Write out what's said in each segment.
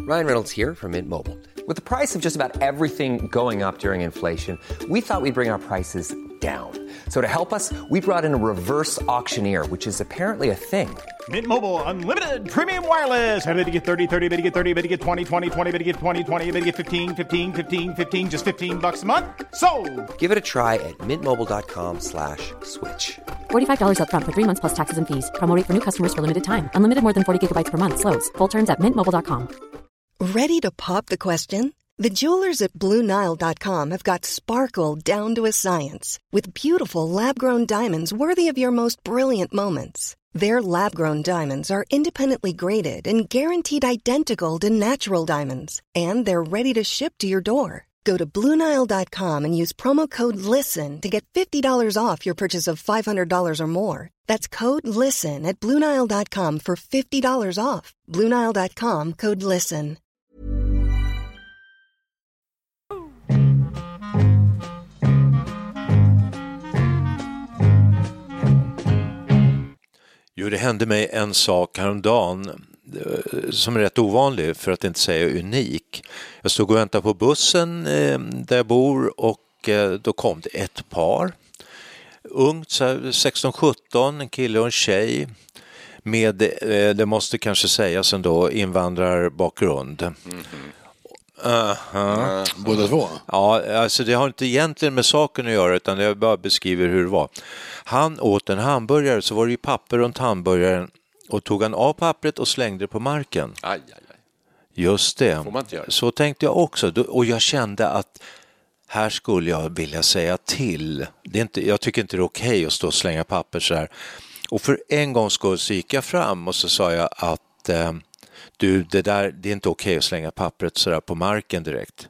Ryan Reynolds here from Mint Mobile. With the price of just about everything going up during inflation, we thought we'd bring our prices down. So to help us, we brought in a reverse auctioneer, which is apparently a thing. Mint Mobile Unlimited Premium Wireless. How to get 30, 30, bit to get 30, bit to get 20, 20, 20, bit to get 20, 20, bit to get 15, 15, 15, 15, just $15 a month? Sold! Give it a try at mintmobile.com/switch. $45 up front for 3 months plus taxes and fees. Promo rate for new customers for limited time. Unlimited more than 40 gigabytes per month. Slows full terms at mintmobile.com. Ready to pop the question? The jewelers at BlueNile.com have got sparkle down to a science with beautiful lab-grown diamonds worthy of your most brilliant moments. Their lab-grown diamonds are independently graded and guaranteed identical to natural diamonds, and they're ready to ship to your door. Go to BlueNile.com and use promo code LISTEN to get $50 off your purchase of $500 or more. That's code LISTEN at BlueNile.com for $50 off. BlueNile.com, code LISTEN. Jo, det hände mig en sak häromdagen som är rätt ovanlig, för att inte säga unik. Jag stod och väntade på bussen där jag bor, och då kom det ett par. Ungt, 16-17, en kille och en tjej med, det måste kanske sägas ändå, invandrarbakgrund. Båda två? Ja, alltså det har inte egentligen med saken att göra, utan jag bara beskriver hur det var. Han åt en hamburgare, så var det ju papper runt hamburgaren, och tog han av pappret och slängde det på marken. Aj. Just det. Får man inte göra. Så tänkte jag också, och jag kände att här skulle jag vilja säga till. Det är inte, jag tycker inte det är okej att stå och slänga papper så här. Och för en gångs skull så gick jag fram och så sa jag att du, det är inte okej att slänga pappret så där på marken direkt.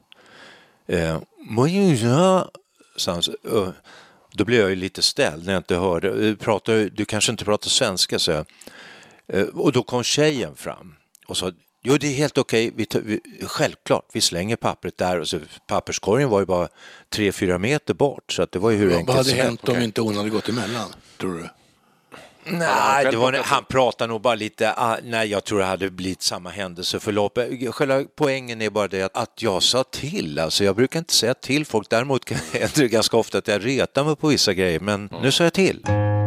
Då blev jag ju lite ställd när jag inte hörde. Du kanske inte pratar svenska, så jag. Och då kom tjejen fram och sa, jo, det är helt okej, självklart, vi slänger pappret där. Och så, papperskorgen var ju bara 3-4 meter bort, så att det var ju hur enkelt. Vad hade hänt om inte hon hade gått emellan, tror du? Nej, han pratade nog bara lite. Nej, jag tror det hade blivit samma händelseförlopp. Själva poängen är bara det att jag sa till. Alltså, jag brukar inte säga till folk. Däremot händer det ganska ofta att jag retar mig på vissa grejer. Men nu sa jag till.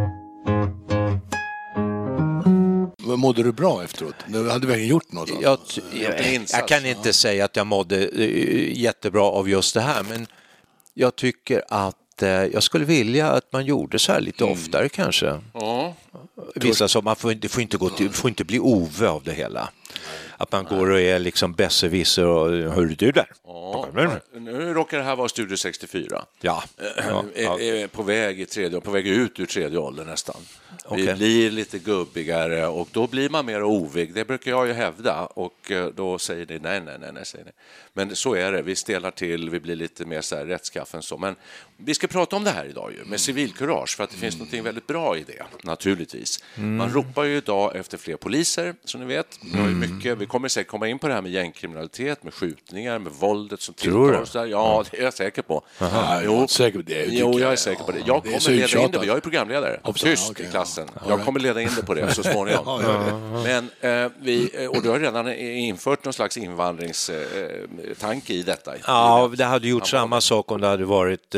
Mådde du bra efteråt? Du hade verkligen gjort något? Jag kan inte säga att jag mådde jättebra av just det här. Men jag tycker att jag skulle vilja att man gjorde så här lite oftare kanske. Vissa som man får inte bli Ove av det hela. Att man går och är liksom besserwisser och hör du där? Nu råkar det här vara Studio 64. Ja. Är på väg ut ur tredje åldern nästan. Vi blir lite gubbigare och då blir man mer ovig. Det brukar jag ju hävda, och då säger ni nej, säger ni. Men så är det, vi stelar till, vi blir lite mer så här rättskaffen så. Men vi ska prata om det här idag ju, med civilkurage, för att det finns något väldigt bra i det, naturligtvis. Man ropar ju idag efter fler poliser, som ni vet. Vi kommer säkert komma in på det här med gängkriminalitet, med skjutningar, med våldet som tilltar oss där. Ja, det är jag säker på. Jag är säker på det. Jag är säker på det. Jag kommer leda in det, jag är programledare. Tyst i klassen. Jag kommer leda in det på det så småningom. Men och du har redan infört någon slags invandringstanke i detta. Ja, det hade gjort samma sak om det hade varit...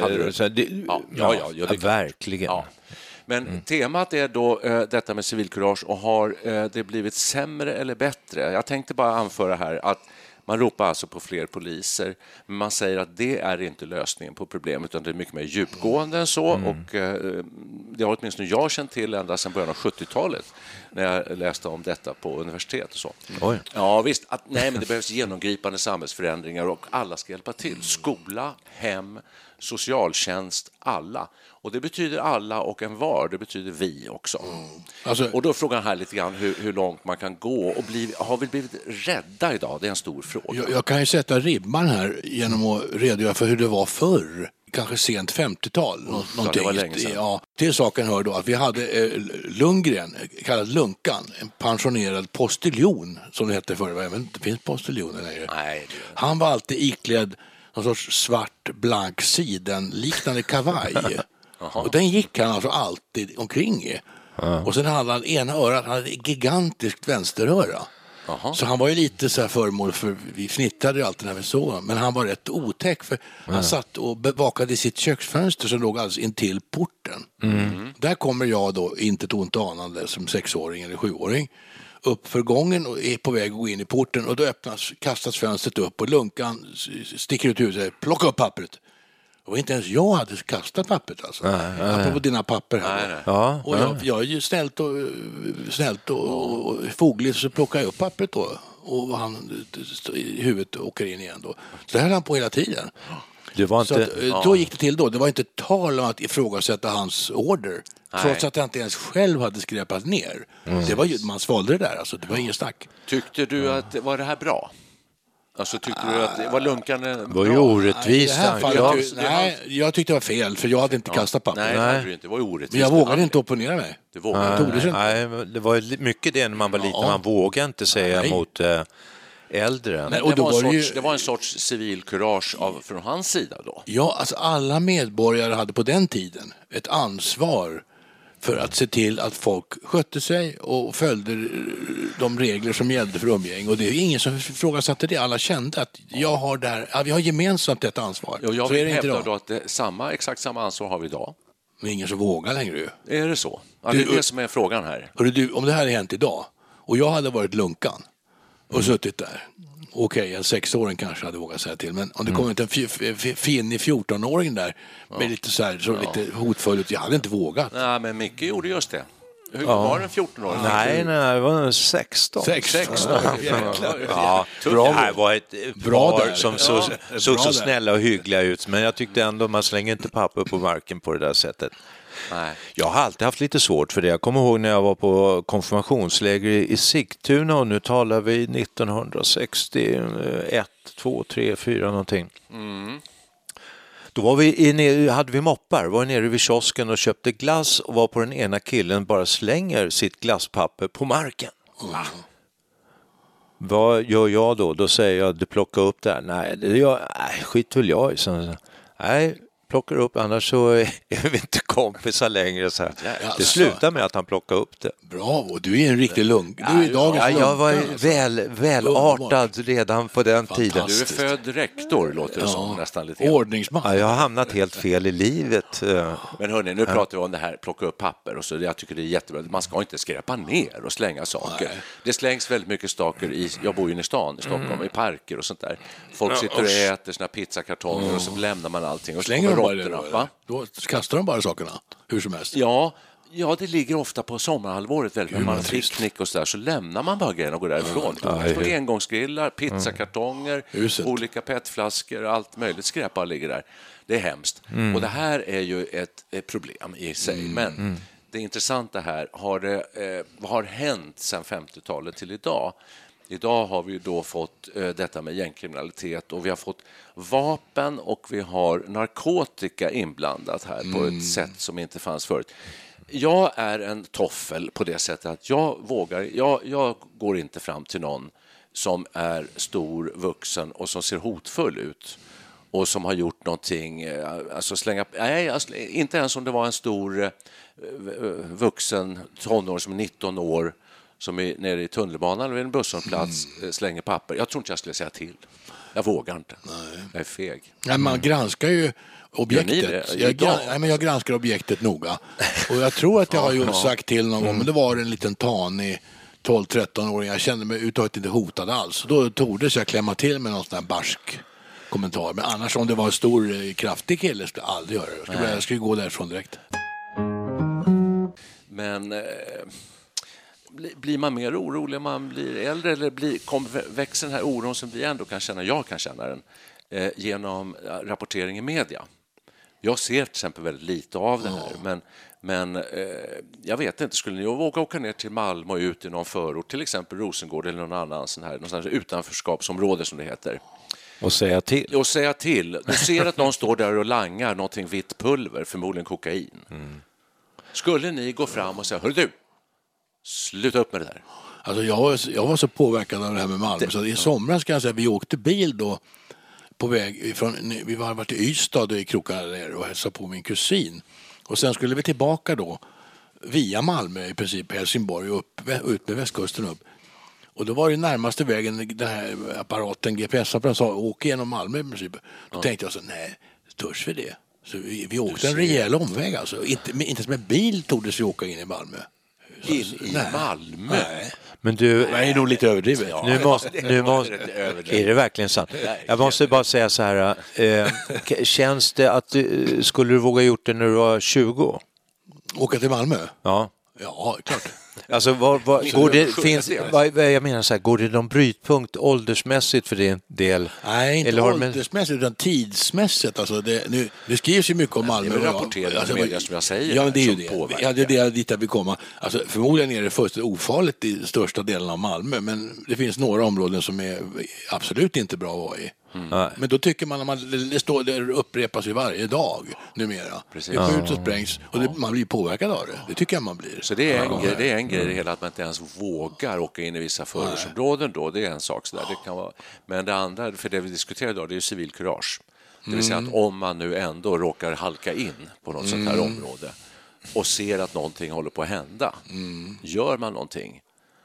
verkligen. Ja. Men temat är då detta med civilkurage, och har det blivit sämre eller bättre? Jag tänkte bara anföra här att man ropar alltså på fler poliser, men man säger att det är inte lösningen på problemet, utan det är mycket mer djupgående än så. Och det har åtminstone jag känt till ända sedan början av 70-talet när jag läste om detta på universitet och så. Oj. Ja, visst. Men det behövs genomgripande samhällsförändringar, och alla ska hjälpa till. Skola, hem, socialtjänst, alla. Och det betyder alla och en var, det betyder vi också. Och då är frågan här lite grann hur långt man kan gå. Och har vi blivit rädda idag? Det är en stor fråga. Jag kan ju sätta ribban här genom att redogöra för hur det var förr. Kanske sent 50-tal. Det var länge sedan. Ja, till saken hör då att vi hade Lundgren, kallad Lunkan, en pensionerad postiljon, som det hette förr. Jag vet inte, det finns postiljoner längre. Nej, Han var alltid iklädd någon sorts svart, blank siden-liknande kavaj. Och den gick han alltså alltid omkring i. Och sen hade han ena örat, han hade ett gigantiskt vänsteröra. Aha. Så han var ju lite så här föremål för, vi fnittrade ju alltid när vi såg, men han var rätt otäck för han satt och bevakade sitt köksfönster som låg alldeles intill porten. Där kommer jag då, inte ett ont anande som 6-åring eller 7-åring, upp för gången och är på väg att gå in i porten och då kastas fönstret upp och lunkan sticker ut huvudet och säger plocka upp pappret. Och inte ens jag hade kastat pappret alltså. Apropå dina papper här. Nej. Ja, och jag är ju snällt och fogligt så plockar jag upp pappret då. Och han i huvudet åker in igen då. Så det höll han på hela tiden. Det var inte... Så att, då gick det till då. Det var inte tal om att ifrågasätta hans order. Nej. Trots att han inte ens själv hade skräpat ner. Det var ju, man svalde det där alltså. Det var inget snack. Tyckte du att var det här bra? Alltså tyckte du att det var lunkande bra? Det var ju orättvist. Nej, jag tyckte det var fel för jag hade inte kastat papper. Nej, det hade du inte. Det var ju orättvist. Men jag vågade inte opponera mig. Det vågade inte. Nej, det var mycket det när man var liten. Man vågade inte säga mot äldre. Nej, och det var en sorts civil kurage från hans sida då? Ja, alltså alla medborgare hade på den tiden ett ansvar för att se till att folk skötte sig och följde de regler som gällde för umgäng. Och det är ingen som ifrågasatte det. Alla kände att vi har gemensamt detta ansvar. Och jag så är det inte hävdar idag. då att exakt samma ansvar har vi idag. Men ingen som vågar längre ju. Är det så? Ja, det är det som är frågan här. Om det här hade hänt idag och jag hade varit lunkan och suttit där. Okej, en 6-åring kanske hade vågat säga till. Men om det kom ut en finnig 14-åring där med lite så här, lite hotfull ut, jag hade inte vågat. Nej, men Micke gjorde just det. Hur var en 14-åring? Nej, det var 16. 16. Ja, det här var ett par som såg så snälla och hyggliga ut. Men jag tyckte ändå man slänger inte papper på marken på det där sättet. Nej. Jag har alltid haft lite svårt för det. Jag kommer ihåg när jag var på konfirmationsläger i Sigtuna och nu talar vi 1961, 2, 3, 4 någonting. Då var hade vi moppar, var nere vid kiosken och köpte glass och var på den ena killen bara slänger sitt glasspapper på marken. Vad gör jag då? Då säger jag, du plockar upp där. Nej, det gör skit väl jag i. Nej, plockar upp, annars så är vi inte kompisar längre. Så här. Det slutar med att han plockar upp det. Bravo, du är en riktig lugn. Du är dagens jag var välartad redan på den tiden. Du är född rektor, låter det som nästan lite. Ordningsman. Ja, jag har hamnat helt fel i livet. Men hörni, nu pratar vi om det här, plocka upp papper och så. Jag tycker det är jättebra. Man ska inte skräpa ner och slänga saker. Nej. Det slängs väldigt mycket saker jag bor ju i stan i Stockholm, i parker och sånt där. Folk sitter och äter sina pizzakartonger och så lämnar man allting och slänger de bara då kastar de bara sakerna hur som helst. Ja, det ligger ofta på sommarhalvåret väldigt. När man har picknick och så lämnar man bara grejerna och går därifrån. Engångsgrillar, pizzakartonger, olika petflaskor, allt möjligt skräp bara ligger där. Det är hemskt. Och det här är ju ett problem i sig. Men det intressanta här, vad har hänt sedan 50-talet till idag? Idag har vi då fått detta med gängkriminalitet och vi har fått vapen och vi har narkotika inblandat här på ett sätt som inte fanns förut. Jag är en toffel på det sättet att jag går inte fram till någon som är stor, vuxen och som ser hotfull ut och som har gjort någonting, inte ens om det var en stor vuxen tonåring som är 19 år som är nere i tunnelbanan eller vid en busshållplats slänger papper. Jag tror inte jag skulle säga till. Jag vågar inte. Nej. Jag är feg. Nej, man granskar ju objektet. Jag granskar objektet noga. Och jag tror att jag har ju sagt till någon gång, men det var en liten tanig 12-13-åring. Jag kände mig uttaget inte hotad alls. Då tordes jag klämma till med någon sån här barsk kommentar. Men annars om det var en stor, kraftig kille skulle jag aldrig göra det. Jag skulle gå därifrån direkt. Men blir man mer orolig om man blir äldre eller växer den här oron som vi ändå kan känna, jag kan känna den, genom rapportering i media? Jag ser till exempel väldigt lite av det här, men jag vet inte, skulle ni våga åka ner till Malmö och ut i någon förort, till exempel Rosengård eller någon annan sån här, någonstans utanförskapsområde som det heter. Och säga till. Du ser att någon står där och langar någonting vitt pulver, förmodligen kokain. Skulle ni gå fram och säga, hörru du, sluta upp med det där? Alltså jag var så påverkad av det här med Malmö så i somras kan jag säga, vi åkte bil då på väg från, vi var varit i Ystad och i krokarna där och hälsade på min kusin. Och sen skulle vi tillbaka då via Malmö i princip, Helsingborg och ut med västkusten upp. Och då var det närmaste vägen, den här apparaten, GPS-apparaten, sa åk genom Malmö i princip. Då tänkte jag så, nej, törs vi det? Så vi åkte en rejäl omväg alltså. Inte som en bil tog det sig åka in i Malmö. In i Malmö? Nej. Men du, det är nog lite överdrivet. Ja, är det verkligen sant? Jag måste bara säga så här, känns det att skulle du våga gjort det när du var 20? Åka till Malmö? Ja. Ja, klart. Alltså, jag menar så här, går det någon brytpunkt åldersmässigt för din del? Nej, inte åldersmässigt utan tidsmässigt. Alltså nu skrivs ju mycket om Malmö. Det är rapporterade media som jag säger. Ja, det är ju det. Ja, det är dit jag vill komma. Alltså, förmodligen är det först ofarligt i största delen av Malmö, men det finns några områden som är absolut inte bra att vara i. Men då tycker man att det upprepas ju varje dag numera. Precis. Det skjuts och sprängs och man blir påverkad av det. Det tycker jag man blir. Så det är en grej det hela, att man inte ens vågar åka in i vissa förortsområden då. Det är en sak så där. Det kan vara. Men det andra, för det vi diskuterar idag, det är ju civilkurage. Det vill säga att om man nu ändå råkar halka in på något sånt här område och ser att någonting håller på att hända, gör man någonting?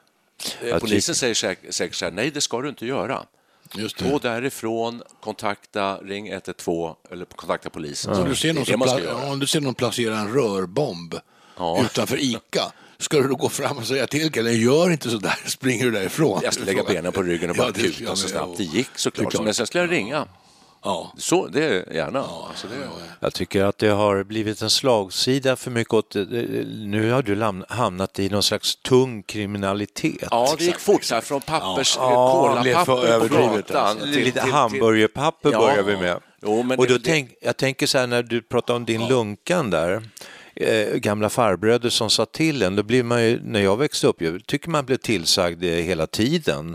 Polisen säger säkert så här, nej det ska du inte göra. Gå därifrån, ring 112 eller kontakta polisen. Om du ser någon placera en rörbomb utanför ICA, ska du då gå fram och säga till eller gör inte så där, springer du därifrån? Jag skulle lägga benen på ryggen och bara kuta så snabbt det gick såklart. Men sen skulle jag ringa. Ja. Så det är gärna. Ja, alltså det är... Jag tycker att det har blivit en slagsida för mycket åt, nu har du hamnat i någon slags tung kriminalitet. Ja, det gick fort så här från kolapapper på gatan. Lite hamburgerpapper börjar vi med. Jo, men och då jag tänker så här, när du pratar om din lunkan där, gamla farbröder som sa till en, då blir man ju, när jag växte upp, jag tycker man blev tillsagd hela tiden.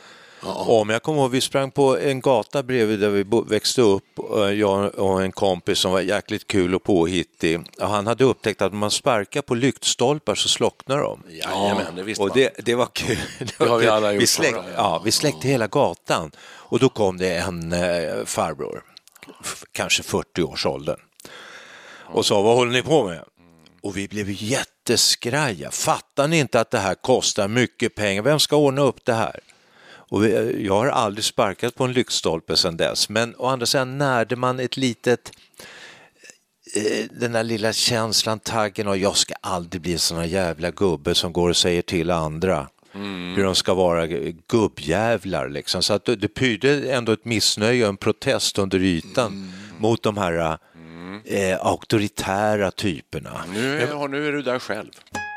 Om jag kommer ihåg, vi sprang på en gata bredvid där vi växte upp, jag och en kompis som var jäkligt kul och påhittig. Han hade upptäckt att om man sparkar på lyktstolpar så slocknar de. Jajamän, det visste och det var kul. Det har vi alla gjort. Vi släckte hela gatan och då kom det en farbror, kanske 40 års åldern, och sa, vad håller ni på med? Och vi blev jätteskraja. Fattar ni inte att det här kostar mycket pengar? Vem ska ordna upp det här? Och jag har aldrig sparkat på en lyktstolpe sedan dess. Men å andra sidan närde man ett litet, den där lilla känslan, taggen, och jag ska aldrig bli såna jävla gubbe som går och säger till andra hur de ska vara gubbjävlar liksom. Så att det pyrde ändå ett missnöje och en protest under ytan mot de här auktoritära typerna. Nu är du där själv.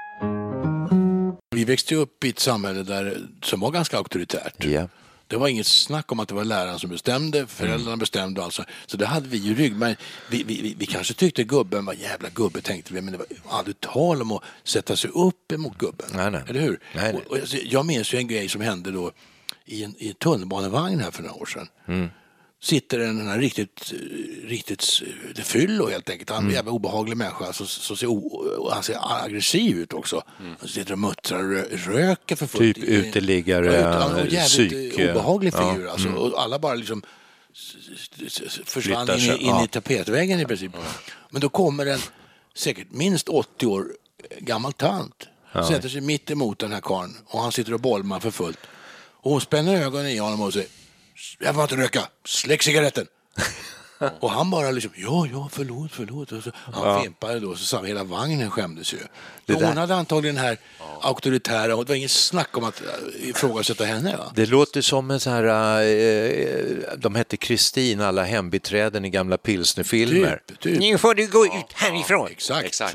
Vi växte upp i ett samhälle som var ganska auktoritärt. Yeah. Det var inget snack om att det var läraren som bestämde, föräldrarna bestämde alltså. Så det hade vi ju rygg. Men vi kanske tyckte gubben var jävla gubbe, tänkte vi. Men det var aldrig tal om att sätta sig upp emot gubben. Nej. Eller hur? Nej. Och jag minns ju en grej som hände då i en tunnelbanevagn här för några år sedan. Sitter den här riktigt fyllo helt enkelt. Han är en jävla obehaglig människa. Han ser aggressiv ut också. Han sitter och muttrar och röker för fullt. Typ uteliggare, jävligt obehaglig figur. Alltså. Och alla bara liksom försvann in i tapetväggen i princip. Men då kommer en säkert minst 80 år gammal tant. Sätter sig mitt emot den här karln. Och han sitter och bolmar för fullt. Och hon spänner ögonen i honom och säger, jag får inte röka, släck cigaretten. Och han bara liksom, ja, förlåt. Och så, han fimpade då, så sa hela vagnen skämdes ju. Hon hade antagligen den här auktoritära, och det var ingen snack om att ifrågasätta henne. Va? Det låter som en sån här, de hette Kristin, alla hembiträden i gamla pilsnerfilmer. Typ. Nu får du gå ut härifrån. Exakt.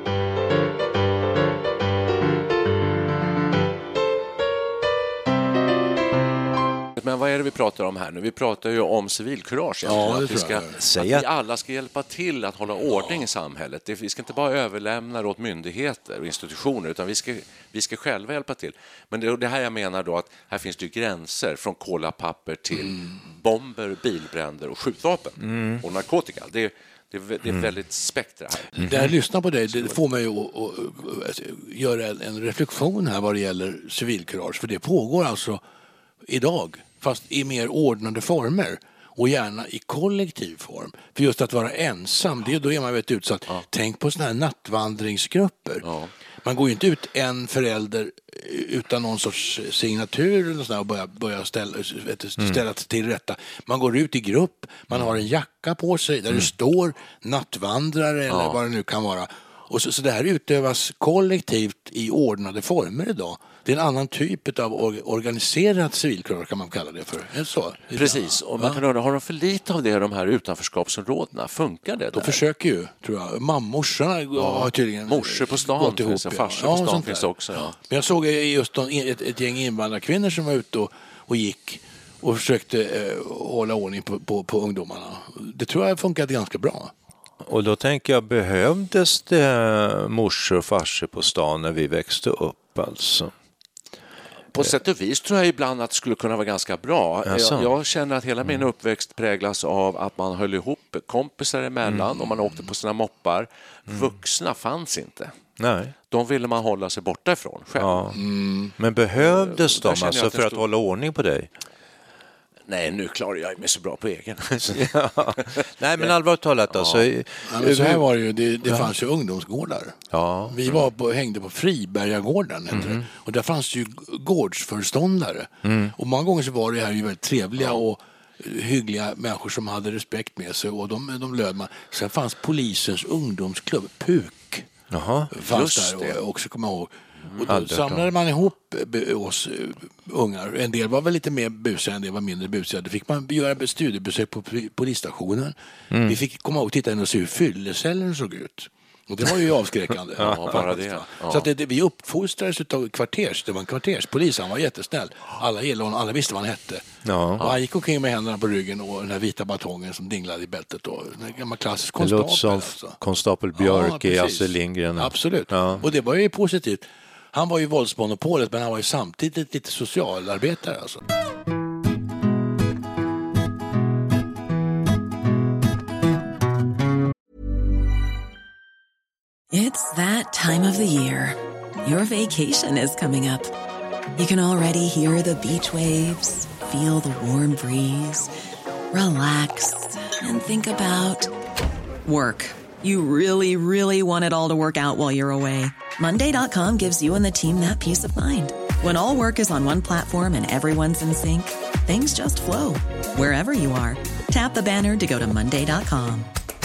Men vad är det vi pratar om här nu? Vi pratar ju om civilkurage. Att vi alla ska hjälpa till att hålla ordning i samhället. Vi ska inte bara överlämna det åt myndigheter och institutioner, utan vi ska själva hjälpa till. Men det här jag menar då, att här finns det ju gränser från kolapapper till bomber, bilbränder och skjutvapen och narkotika. Det är väldigt spektra här. När jag lyssnar på dig, det får mig att göra en reflektion här vad det gäller civilkurage. För det pågår alltså idag, fast i mer ordnade former. och gärna i kollektiv form. För just att vara ensam, då är man väldigt utsatt. Tänk på sådana här nattvandringsgrupper. Man går ju inte ut en förälder utan någon sorts signatur eller sådär och börja ställa till rätta. Man går ut i grupp, man har en jacka på sig där det står nattvandrare eller vad det nu kan vara. Och så det här utövas kollektivt i ordnade former idag. Det är en annan typ av organiserat civilkurage kan man kalla det för. Är det så? Precis, och man kan undra, har de för lite av det i de här utanförskapsområdena? Funkar det? De försöker ju, tror jag. Morsorna har tydligen morsor på stan finns det, farsor på stan finns det också. Ja. Men jag såg just ett gäng invandrarkvinnor som var ute och gick och försökte hålla ordning på ungdomarna. Det tror jag funkat ganska bra. Och då tänker jag, behövdes det morsor och farsor på stan när vi växte upp alltså? På sätt och vis tror jag ibland att det skulle kunna vara ganska bra. Jag känner att hela min uppväxt präglas av att man höll ihop kompisar emellan och man åkte på sina moppar. Vuxna fanns inte. Nej. De ville man hålla sig borta ifrån själv. Ja. Men behövdes de alltså för att hålla ordning på dig? Nej, nu klarar jag mig så bra på egen. Nej, men allvarligt talat alltså. Så här var det ju, det fanns ju ungdomsgårdar. Ja. Vi hängde på Fribergagården och där fanns ju gårdsförståndare. Och många gånger så var det här ju väldigt trevliga och hyggliga människor som hade respekt med sig och de löd man. Sen fanns polisens ungdomsklubb, PUK. Jaha, fanns där och också kommer jag ihåg. Och då samlade man ihop oss ungar. En del var väl lite mer busiga, en del var mindre busiga. Då fick man göra studiebesök på polisstationen. Vi fick komma och titta in och se hur fyllecellen såg ut. Och det var ju avskräckande. Bara det. Så att vi uppfostrades av det var en kvarterspolis, han var jättesnäll. Alla gillade honom, alla visste vad han hette. Och han gick omkring med händerna på ryggen och den här vita batongen som dinglade i bältet. Och en gammal klassisk konstapel. Det låter som konstapel Björk i Astrid Lindgren. Absolut. Och det var ju positivt. Han var ju våldsmonopolet, men han var ju samtidigt lite socialarbetare alltså. It's that time of the year. Your vacation is coming up. You can already hear the beach waves, feel the warm breeze, relax and think about work. You really, really want it all to work out while you're away. Monday.com gives you and the team that peace of mind. When all work is on one platform and everyone's in sync, things just flow. Wherever you are, tap the banner to go to Monday.com.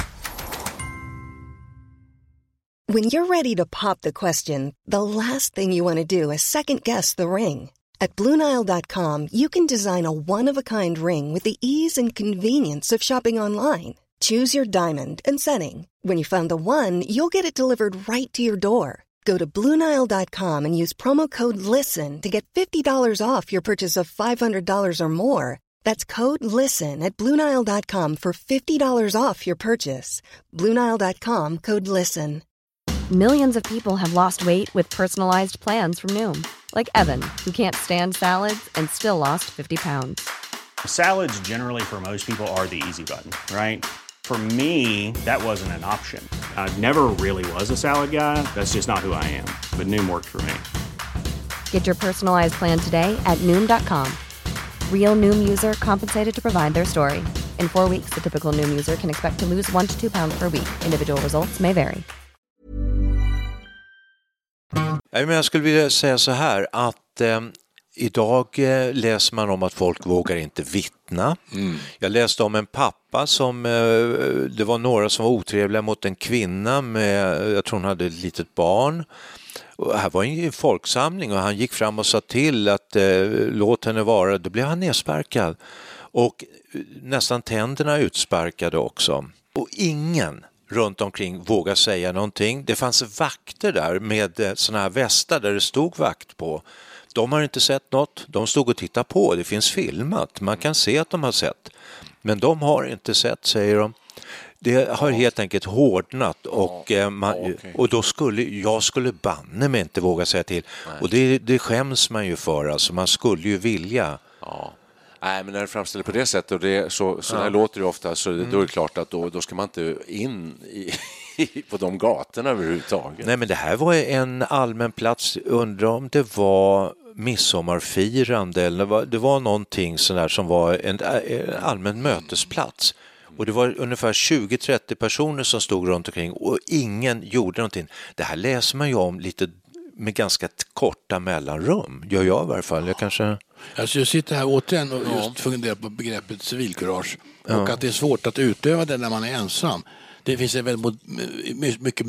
When you're ready to pop the question, the last thing you want to do is second-guess the ring. At BlueNile.com, you can design a one-of-a-kind ring with the ease and convenience of shopping online. Choose your diamond and setting. When you find the one, you'll get it delivered right to your door. Go to BlueNile.com and use promo code LISTEN to get $50 off your purchase of $500 or more. That's code LISTEN at BlueNile.com for $50 off your purchase. BlueNile.com, code LISTEN. Millions of people have lost weight with personalized plans from Noom. Like Evan, who can't stand salads and still lost 50 pounds. Salads generally for most people are the easy button, right? For me, that wasn't an option. I never really was a salad guy. That's just not who I am. But Noom worked for me. Get your personalized plan today at Noom.com. Real Noom user compensated to provide their story. In 4 weeks, the typical Noom user can expect to lose 1 to 2 pounds per week. Individual results may vary. Jag skulle vilja säga så här att idag läser man om att folk vågar inte vittna. Jag läste om en pappa som, det var några som var otrevliga mot en kvinna med, jag tror hon hade ett litet barn. Och här var en folksamling och han gick fram och sa till att låt henne vara, då blev han nedsparkad. Och nästan tänderna utsparkade också. Och ingen runt omkring vågar säga någonting. Det fanns vakter där med såna här västar där det stod vakt på. De har inte sett något. De stod och tittade på. Det finns filmat. Man kan se att de har sett. Men de har inte sett, säger de. Det har helt enkelt hårdnat och, och då skulle banne mig inte våga säga till. Och det skäms man ju för. Alltså man skulle ju vilja. Ja. Nej, men när det framställer på det sättet och det, så här låter det ofta, så då är det klart att då ska man inte in på de gatorna överhuvudtaget. Nej, men det här var en allmän plats. Undrar om det var midsommarfirande eller det var någonting sådär som var en allmän mötesplats. Och det var ungefär 20-30 personer som stod runt omkring och ingen gjorde någonting. Det här läser man ju om lite med ganska korta mellanrum. Gör jag i varje fall. Alltså jag sitter här återigen och just funderar på begreppet civilkurage. Och att det är svårt att utöva det när man är ensam. Det finns en väldigt mycket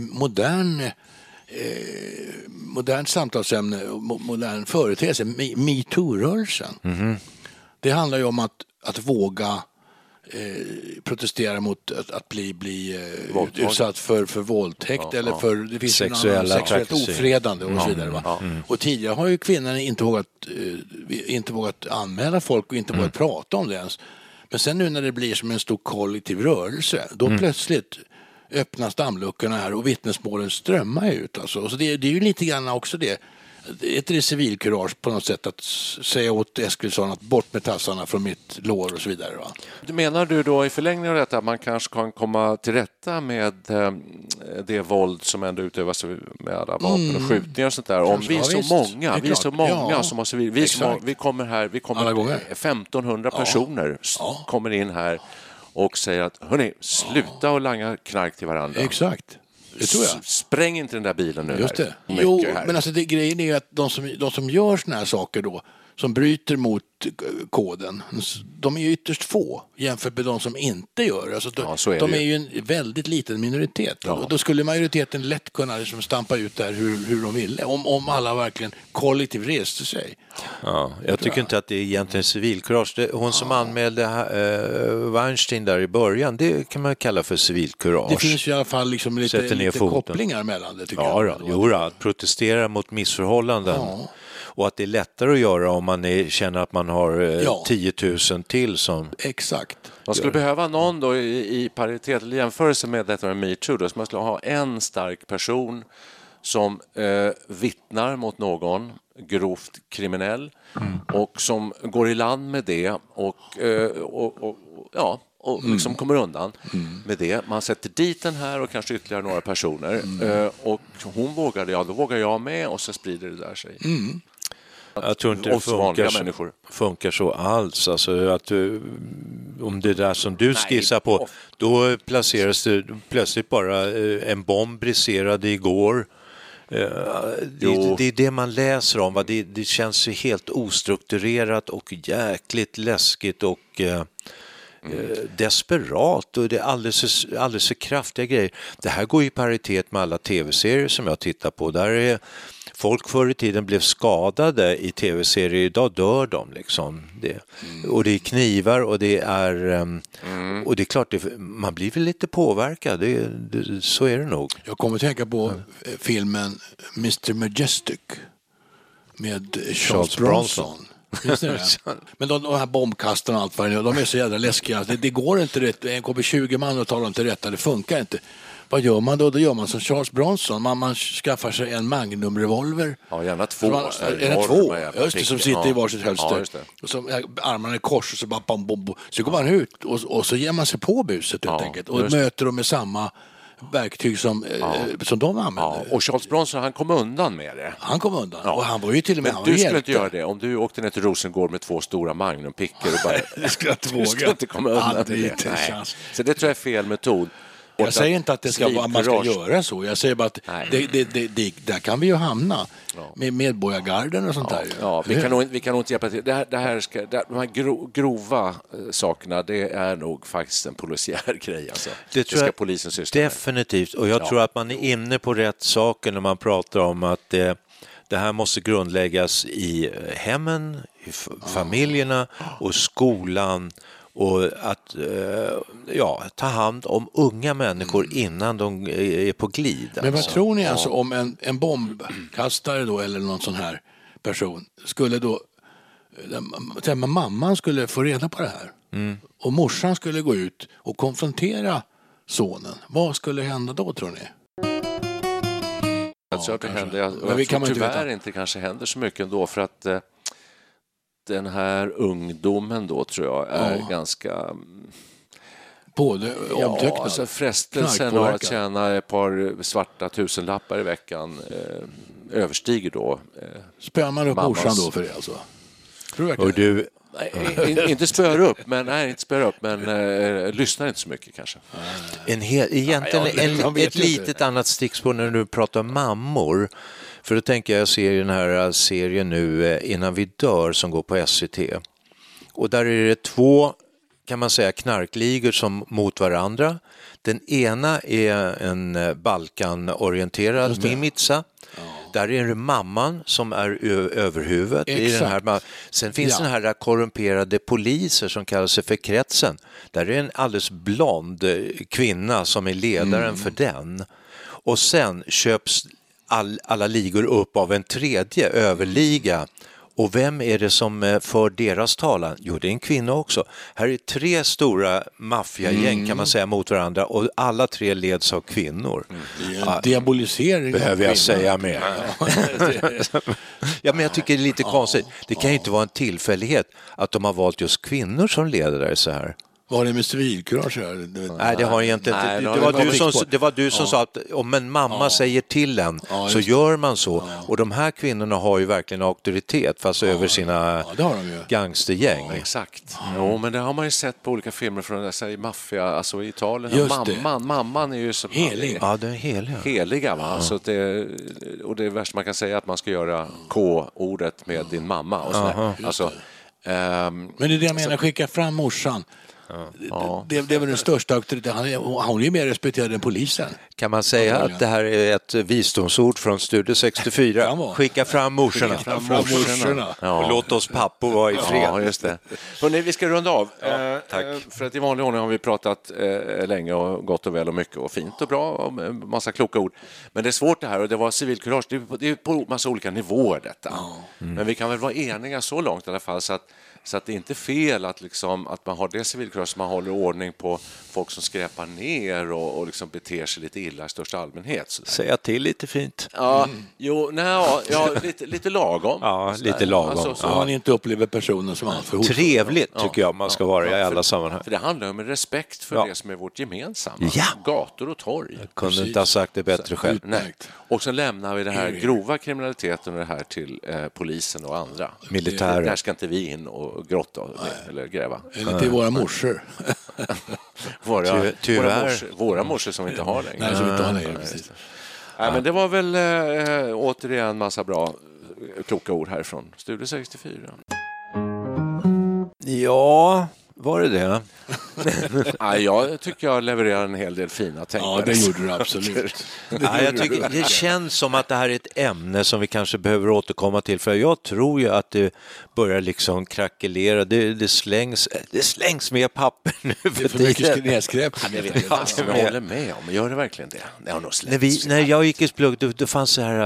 modern samtalsämne och modern företeelse, MeToo-rörelsen. Mm-hmm. Det handlar ju om att våga protestera mot att bli utsatt för våldtäkt eller för det finns sexuellt ofredande och så vidare. Va? Och tidigare har ju kvinnorna inte vågat anmäla folk och inte vågat prata om det ens. Men sen nu när det blir som en stor kollektiv rörelse, då plötsligt öppnas dammluckorna här och vittnesmålen strömmar ut. Alltså. Så det är ju lite grann också det. Är det civilkurage på något sätt att säga åt Eskilsson att bort med tassarna från mitt lår och så vidare? Va? Menar du då i förlängningen av detta att man kanske kan komma till rätta med det våld som ändå utövas med alla vapen och skjutningar och sånt där? Om vi är så många som har civil... Vi kommer 1500 personer kommer in här och säger att hörni, sluta och langa knark till varandra. Exakt. Det tror jag. Spräng inte den där bilen nu. Just det. Jo, men alltså grejen är att de som gör såna här saker då, som bryter mot koden, de är ju ytterst få jämfört med de som inte gör. Alltså de är ju en väldigt liten minoritet. Ja. Och då skulle majoriteten lätt kunna liksom stampa ut där hur de ville. Om alla verkligen kollektivt reste sig. Ja, jag tycker inte att det är egentligen civilkurage. Hon som anmälde Weinstein där i början, det kan man kalla för civilkurage. Det finns ju i alla fall liksom lite kopplingar mellan det, tycker jag. Att protestera mot missförhållanden. Ja. Och att det är lättare att göra om man känner att man har 10 000 till som... Exakt. Man skulle behöva någon då i paritet eller jämförelse med detta med MeToo då, så man skulle ha en stark person som vittnar mot någon grovt kriminell och som går i land med det och liksom kommer undan med det. Man sätter dit den här och kanske ytterligare några personer och hon vågade, då vågar jag med och så sprider det där sig. Jag tror inte det funkar så alls. Alltså att om det där som du skissar på, då placeras det plötsligt bara en bomb briserade igår. Det är det man läser om. Det känns ju helt ostrukturerat och jäkligt läskigt och desperat, och det är alldeles för kraftiga grejer. Det här går i paritet med alla tv-serier som jag tittar på. Där är folk förr i tiden blev skadade i tv-serier, idag dör de liksom. Och det är knivar och det är och det är klart, man blir väl lite påverkad, så är det nog. Jag kommer att tänka på filmen Mr. Majestic med Charles Bronson. Men de här bombkastarna och allt vad de är så jävla läskiga. Det går inte rätt. Det kommer 20 man och talar inte rätt. Det funkar inte. Vad gör man då? Då gör man som Charles Bronson. Man skaffar sig en Magnum-revolver. Ja, gärna två. Just det, som sitter i varsitt hölster. Och så armarna i kors och så bara bom. Så går man ut och så ger man sig på buset helt enkelt. Och möter dem med samma verktyg som de använder. Ja, och Charles Bronson, han kom undan med det. Han kom undan. Ja. Och han var ju till och med... Men du skulle inte göra det. Om du åkte ner till Rosengård med 2 stora Magnum-pickor och bara... du skulle inte komma undan med det. Nej. Så det tror jag är fel metod. Jag säger inte att det ska vara, man ska göra så. Jag säger bara att där kan vi ju hamna med medborgargarden och sånt där. Ja, vi kan nog inte hjälpa till. De här grova sakerna, det är nog faktiskt en polisiär grej. Alltså. Det ska polisen syssla med. Definitivt. Och jag tror att man är inne på rätt saker när man pratar om att det här måste grundläggas i hemmen, i familjerna och skolan. Och att ta hand om unga människor innan de är på glid. Men vad tror ni alltså om en bombkastare då, eller någon sån här person skulle då, mamman skulle få reda på det här och morsan skulle gå ut och konfrontera sonen. Vad skulle hända då, tror ni? Jag tror tyvärr inte kanske händer så mycket ändå, för att den här ungdomen då tror jag är ganska på det, omtöcknad. Alltså frestelsen av att tjäna ett par svarta tusenlappar i veckan överstiger då spär man upp morsan då för det alltså? Och du... inte spör upp, men lyssnar inte så mycket kanske. Ett litet annat stickspår när du pratar om mammor. För då tänker jag se den här serien nu Innan vi dör som går på SVT. Och där är det 2, kan man säga, knarkligor som mot varandra. Den ena är en Balkan-orienterad Mimica. Där är det mamman som är överhuvudet. I den här, sen finns den här korrumperade poliser som kallar sig för Kretsen. Där är en alldeles blond kvinna som är ledaren för den. Och sen köps alla ligor upp av en tredje överliga. Och vem är det som för deras talan? Jo, det är en kvinna också. Här är 3 stora maffiagäng kan man säga mot varandra och alla 3 leds av kvinnor. Diabolisering. Behöver jag säga mer? Ja, men jag tycker det är lite konstigt. Det kan ju inte vara en tillfällighet att de har valt just kvinnor som ledare så här. Var det med civilkurage? Nej, det har egentligen inte. Det var du som sa att om en mamma säger till en så gör man så. Och de här kvinnorna har ju verkligen auktoritet fast över sina gangstergäng. Ja, exakt. Jo, men det har man ju sett på olika filmer från dessa maffia, alltså i Italien. Mamman är ju som helig. Ja, det är heliga. Va? Så och det värsta man kan säga är att man ska göra K-ordet med din mamma och sådär. Alltså, men det är det jag menar, skicka fram morsan. Det är väl den största auktoriteten. Hon är ju mer respekterad än polisen. Kan man säga att det här är ett visdomsord från Studio 64? Skicka fram morsorna. Och låt oss pappor vara i fred. Ja, just det. Hörrni, vi ska runda av. Tack. För att i vanlig ordning har vi pratat länge och gott och väl och mycket och fint och bra och massa kloka ord. Men det är svårt det här och det var civilkurage. Det är på massa olika nivåer detta. Men vi kan väl vara eniga så långt i alla fall så att det är inte fel att, liksom, att man har det civilkurage som man håller ordning på folk som skräpar ner och liksom beter sig lite illa i största allmänhet. Säga till lite fint. Ja, lite lagom. Ja, lite lagom. Alltså, så man inte upplever personen som alltför hotfull. Trevligt tycker jag man ska vara i alla sammanhang. För det handlar om respekt för det som är vårt gemensamma. Ja. Gator och torg. Jag kunde inte ha sagt det bättre själv. Nej. Och så lämnar vi det här grova kriminaliteten och det här till polisen och andra. Militärer. Där ska inte vi in och grotta eller gräva. Eller till våra morsor. Våra morsor som vi inte har längre. Nej, som vi inte har längre, precis. Nej, men det var väl återigen massa bra kloka ord här från Studio 64. Ja, var det? Jag tycker jag levererar en hel del fina tänkare. Ja, det gjorde du absolut. Jag tycker det känns som att det här är ett ämne som vi kanske behöver återkomma till. För jag tror ju att det börjar liksom krackelera. Det slängs mer papper nu för det är för mycket nedskräp. Jag håller med om. Gör det verkligen det? Det har nog när jag gick i Splugg, då fanns så här...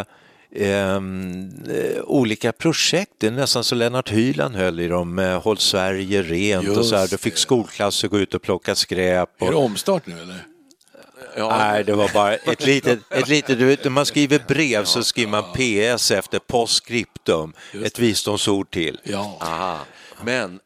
olika projekt. Det är nästan så Lennart Hyland höll i dem. Håll Sverige rent. Just och så här. Då fick skolklasser gå ut och plocka skräp. Är det omstart nu eller? Ja. Nej, det var bara ett litet du vet, när man skriver brev så skriver man PS efter postscriptum. Ett visdomsord till. Ja. Aha. Men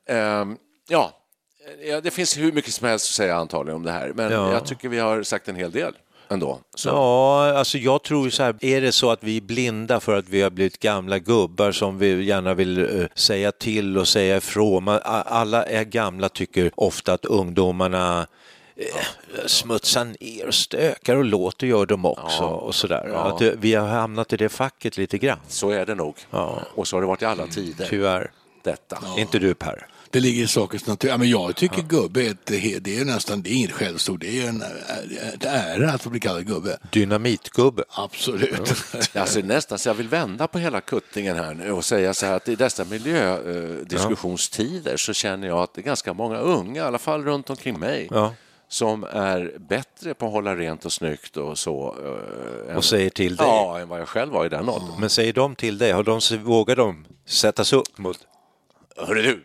det finns hur mycket som helst att säga antagligen om det här. Men jag tycker vi har sagt en hel del. Ändå, ja, alltså jag tror ju så här, är det så att vi är blinda för att vi har blivit gamla gubbar som vi gärna vill säga till och säga ifrån. Alla är gamla tycker ofta att ungdomarna smutsar ner och stökar och låter gör dem också och sådär. Att vi har hamnat i det facket lite grann. Så är det nog. Ja. Och så har det varit i alla tider. Tyvärr. Detta. Inte du Per? Det ligger i sakens natur. Ja, men jag tycker gubbe det är nästan, det är inget skällsord, det är en ära att få bli kallad gubbe. Dynamitgubbe. Absolut. Alltså nästan så jag vill vända på hela kuttingen här nu och säga så här att i dessa miljödiskussionstider så känner jag att det är ganska många unga, i alla fall runt omkring mig, som är bättre på att hålla rent och snyggt och så. Och säger till dig? Ja, än vad jag själv var i den åldern. Men säger de till dig? Vågar de sättas upp mot... Hörru du,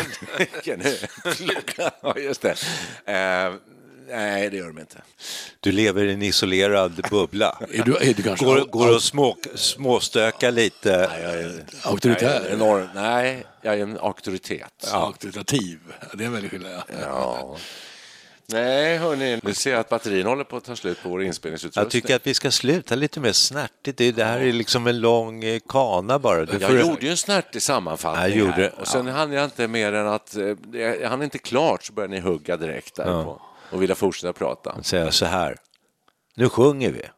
ja, just det. Nej, det gör de inte. Du lever i en isolerad bubbla. Är du kanske går och småstöka lite. Auktoritär? Nej, jag är en auktoritet. Ja. Auktoritativ, det är väldigt skillnad. Ja. Nej, hörni, nu ser jag att batterien håller på att ta slut på vår inspelningsutrustning. Jag tycker att vi ska sluta lite mer snärtigt. Det här är liksom en lång kana bara. Jag gjorde ju en snärtig sammanfattning här. Och sen hann jag inte mer än att han är inte klart, så börjar ni hugga direkt där på och vilja fortsätta prata. Säger så här, nu sjunger vi.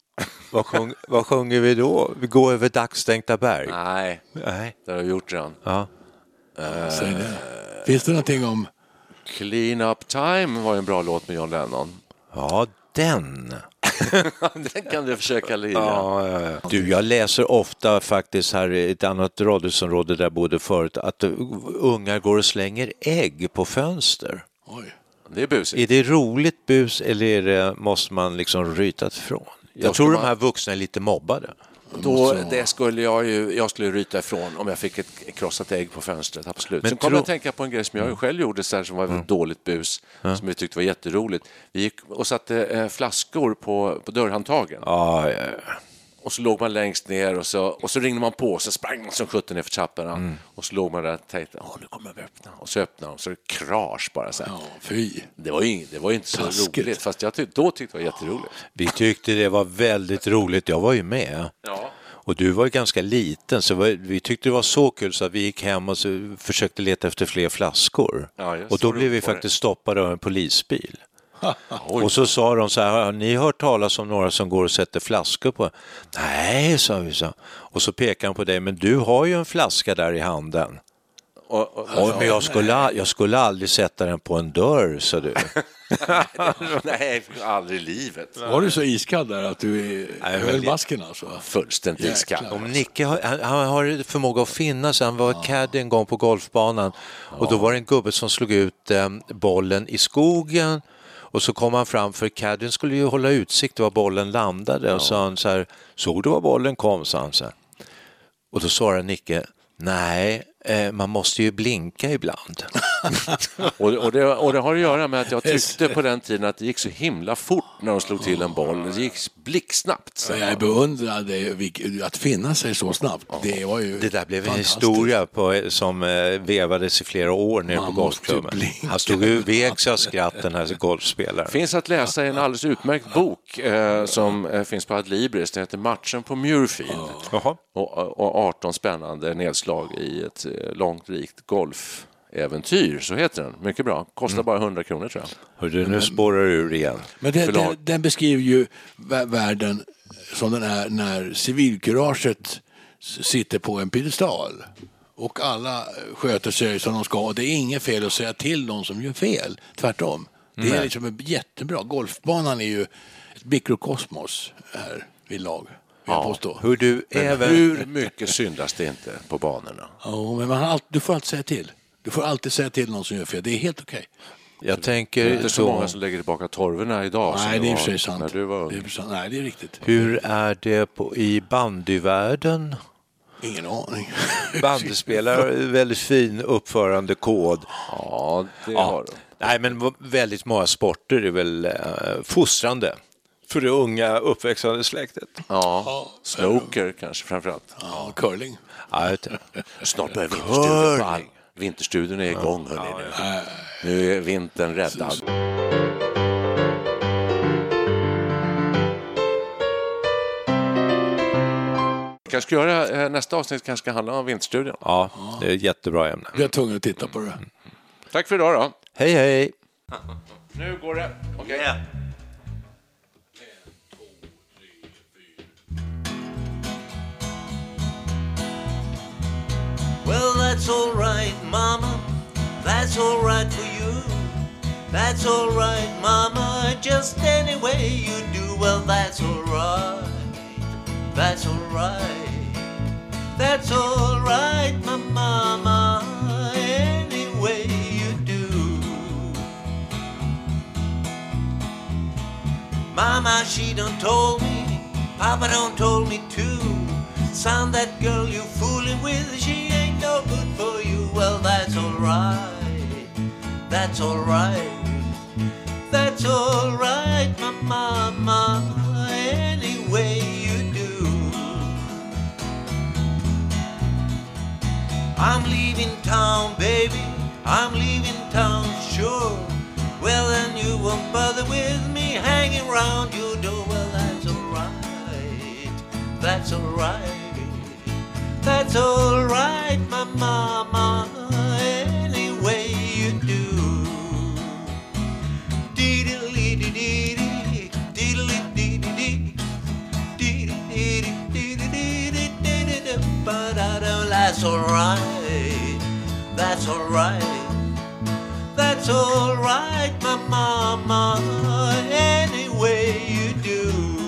Vad sjunger vi då? Vi går över dagsstänkta berg. Nej. Det har jag gjort redan. Ja. Finns det någonting om Clean Up Time var en bra låt med John Lennon. Ja, den. Den kan du försöka lira. Ja. Du, jag läser ofta faktiskt här i ett annat radhusområde där jag bodde förut att ungar går och slänger ägg på fönster. Oj. Det är busigt. Är det roligt bus eller måste man liksom ryta ifrån? Jag tror de här vuxna är lite mobbade. Det skulle jag skulle ryta ifrån om jag fick ett krossat ägg på fönstret, absolut. Sen kommer jag att tänka på en grej som jag själv gjorde så här, som var ett dåligt bus, som vi tyckte var jätteroligt. Vi gick och satte flaskor på dörrhandtagen. Och så låg man längst ner och så ringde man på och så sprang man som 17 ner för trapporna och så låg man där och tänkte, nu kommer vi öppna. Och så öppnade de, så det krasch bara så här. Ja, fy. Det var ju inte så roligt, fast jag då tyckte det var jätteroligt. Vi tyckte det var väldigt roligt, jag var ju med. Ja. Och du var ju ganska liten, så vi tyckte det var så kul så att vi gick hem och så försökte leta efter fler flaskor. Och då blev vi faktiskt stoppade av en polisbil. Och så sa de så här, har ni hört talas om några som går och sätter flaskor på? Nej, sa vi så. Och så pekade han på dig, men du har ju en flaska där i handen. Men jag skulle aldrig sätta den på en dörr, sa du. Nej, aldrig i livet. Var du så iskall där att du höll masken alltså? Fullständigt iskall. Om Nicke han har förmåga att finna sig. Han var caddy en gång på golfbanan och då var det en gubbe som slog ut bollen i skogen. Och så kom han fram, för caddien skulle ju hålla utsikt var bollen landade. Och så han så här, såg du var bollen kom, sa han så här. Och då svarade Nicke, nej, man måste ju blinka ibland. och det har att göra med att jag tyckte på den tiden att det gick så himla fort när de slog till en boll. Det gick blixtsnabbt. Jag beundrade att finna sig så snabbt. Det var ju det där blev en historia som vevades i flera år nere på golfklubben. Han stod ju vägs av skratt, den här golfspelaren. Finns att läsa en alldeles utmärkt bok som finns på Adlibris. Den heter Matchen på Muirfield. Och 18 spännande nedslag i ett långt rikt golfäventyr, så heter den. Mycket bra. Kostar bara 100 kronor, tror jag. Hörru, nu spårar du ur igen. Men den beskriver ju världen som den är när civilkuraget sitter på en piedestal och alla sköter sig som de ska. Och det är inget fel att säga till någon som gör fel. Tvärtom. Det är liksom jättebra. Golfbanan är ju ett mikrokosmos här vid lag. Hur mycket syndas det inte på banorna? Ja, men du får alltid säga till. Du får alltid säga till någon som gör fel. Det är helt okej. Jag tänker det är inte så många som lägger tillbaka torvorna idag. Nej, det är för sig sant. När du var nej, det är riktigt. Hur är det i bandyvärlden? Ingen aning. Bandyspelare, väldigt fin uppförandekod. Ja, det har du. Nej, men väldigt många sporter är väl fostrande för det unga uppväxande släktet. Ja, snooker kanske framförallt. Ja, curling. Ja, snart börjar vinterstudion är igång, hörni, nu är vintern räddad. Kanske ska göra nästa avsnitt kanske ska handla om vinterstudion. Ja, det är ett jättebra ämne. Jag är tvungen att titta på det. Tack för idag då. Hej, hej. Nu går det. Okej. Yeah. Well, that's all right, Mama. That's all right for you. That's all right, Mama. Just any way you do. Well, that's all right. That's all right. That's all right, my Mama. Any way you do. Mama, she done told me. Papa done told me too. Son, that girl you fooling with, she ain't no good for you. Well, that's all right. That's all right. That's all right, my mama. Any way you do. I'm leaving town, baby. I'm leaving town, sure. Well, then you won't bother with me hanging round your door. Well, that's alright, that's alright, that's alright, my mama, any way you do. Dee-dee-dee-dee-dee, dee-dee-dee-dee-dee, dee-dee-dee-dee-dee-dee-dee-dee-dee, ba-da-da. That's alright, that's alright, that's alright, my mama, any way you do.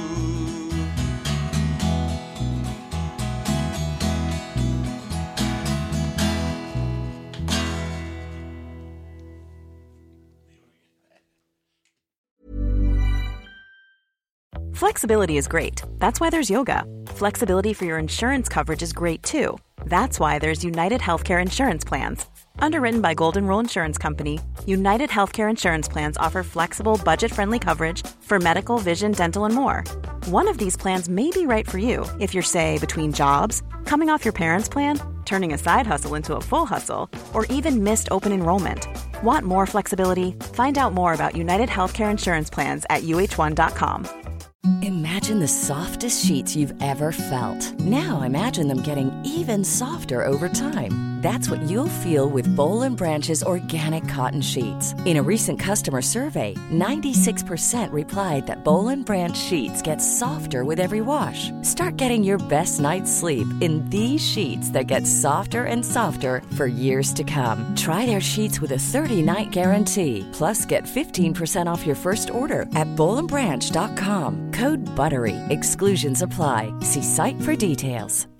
Flexibility is great. That's why there's yoga. Flexibility for your insurance coverage is great too. That's why there's United Healthcare Insurance Plans. Underwritten by Golden Rule Insurance Company, United Healthcare Insurance Plans offer flexible, budget-friendly coverage for medical, vision, dental, and more. One of these plans may be right for you if you're, say, between jobs, coming off your parents' plan, turning a side hustle into a full hustle, or even missed open enrollment. Want more flexibility? Find out more about United Healthcare Insurance Plans at uh1.com. Imagine the softest sheets you've ever felt. Now imagine them getting even softer over time. That's what you'll feel with Boll & Branch's organic cotton sheets. In a recent customer survey, 96% replied that Boll & Branch sheets get softer with every wash. Start getting your best night's sleep in these sheets that get softer and softer for years to come. Try their sheets with a 30-night guarantee. Plus, get 15% off your first order at bollandbranch.com. Code BUTTERY. Exclusions apply. See site for details.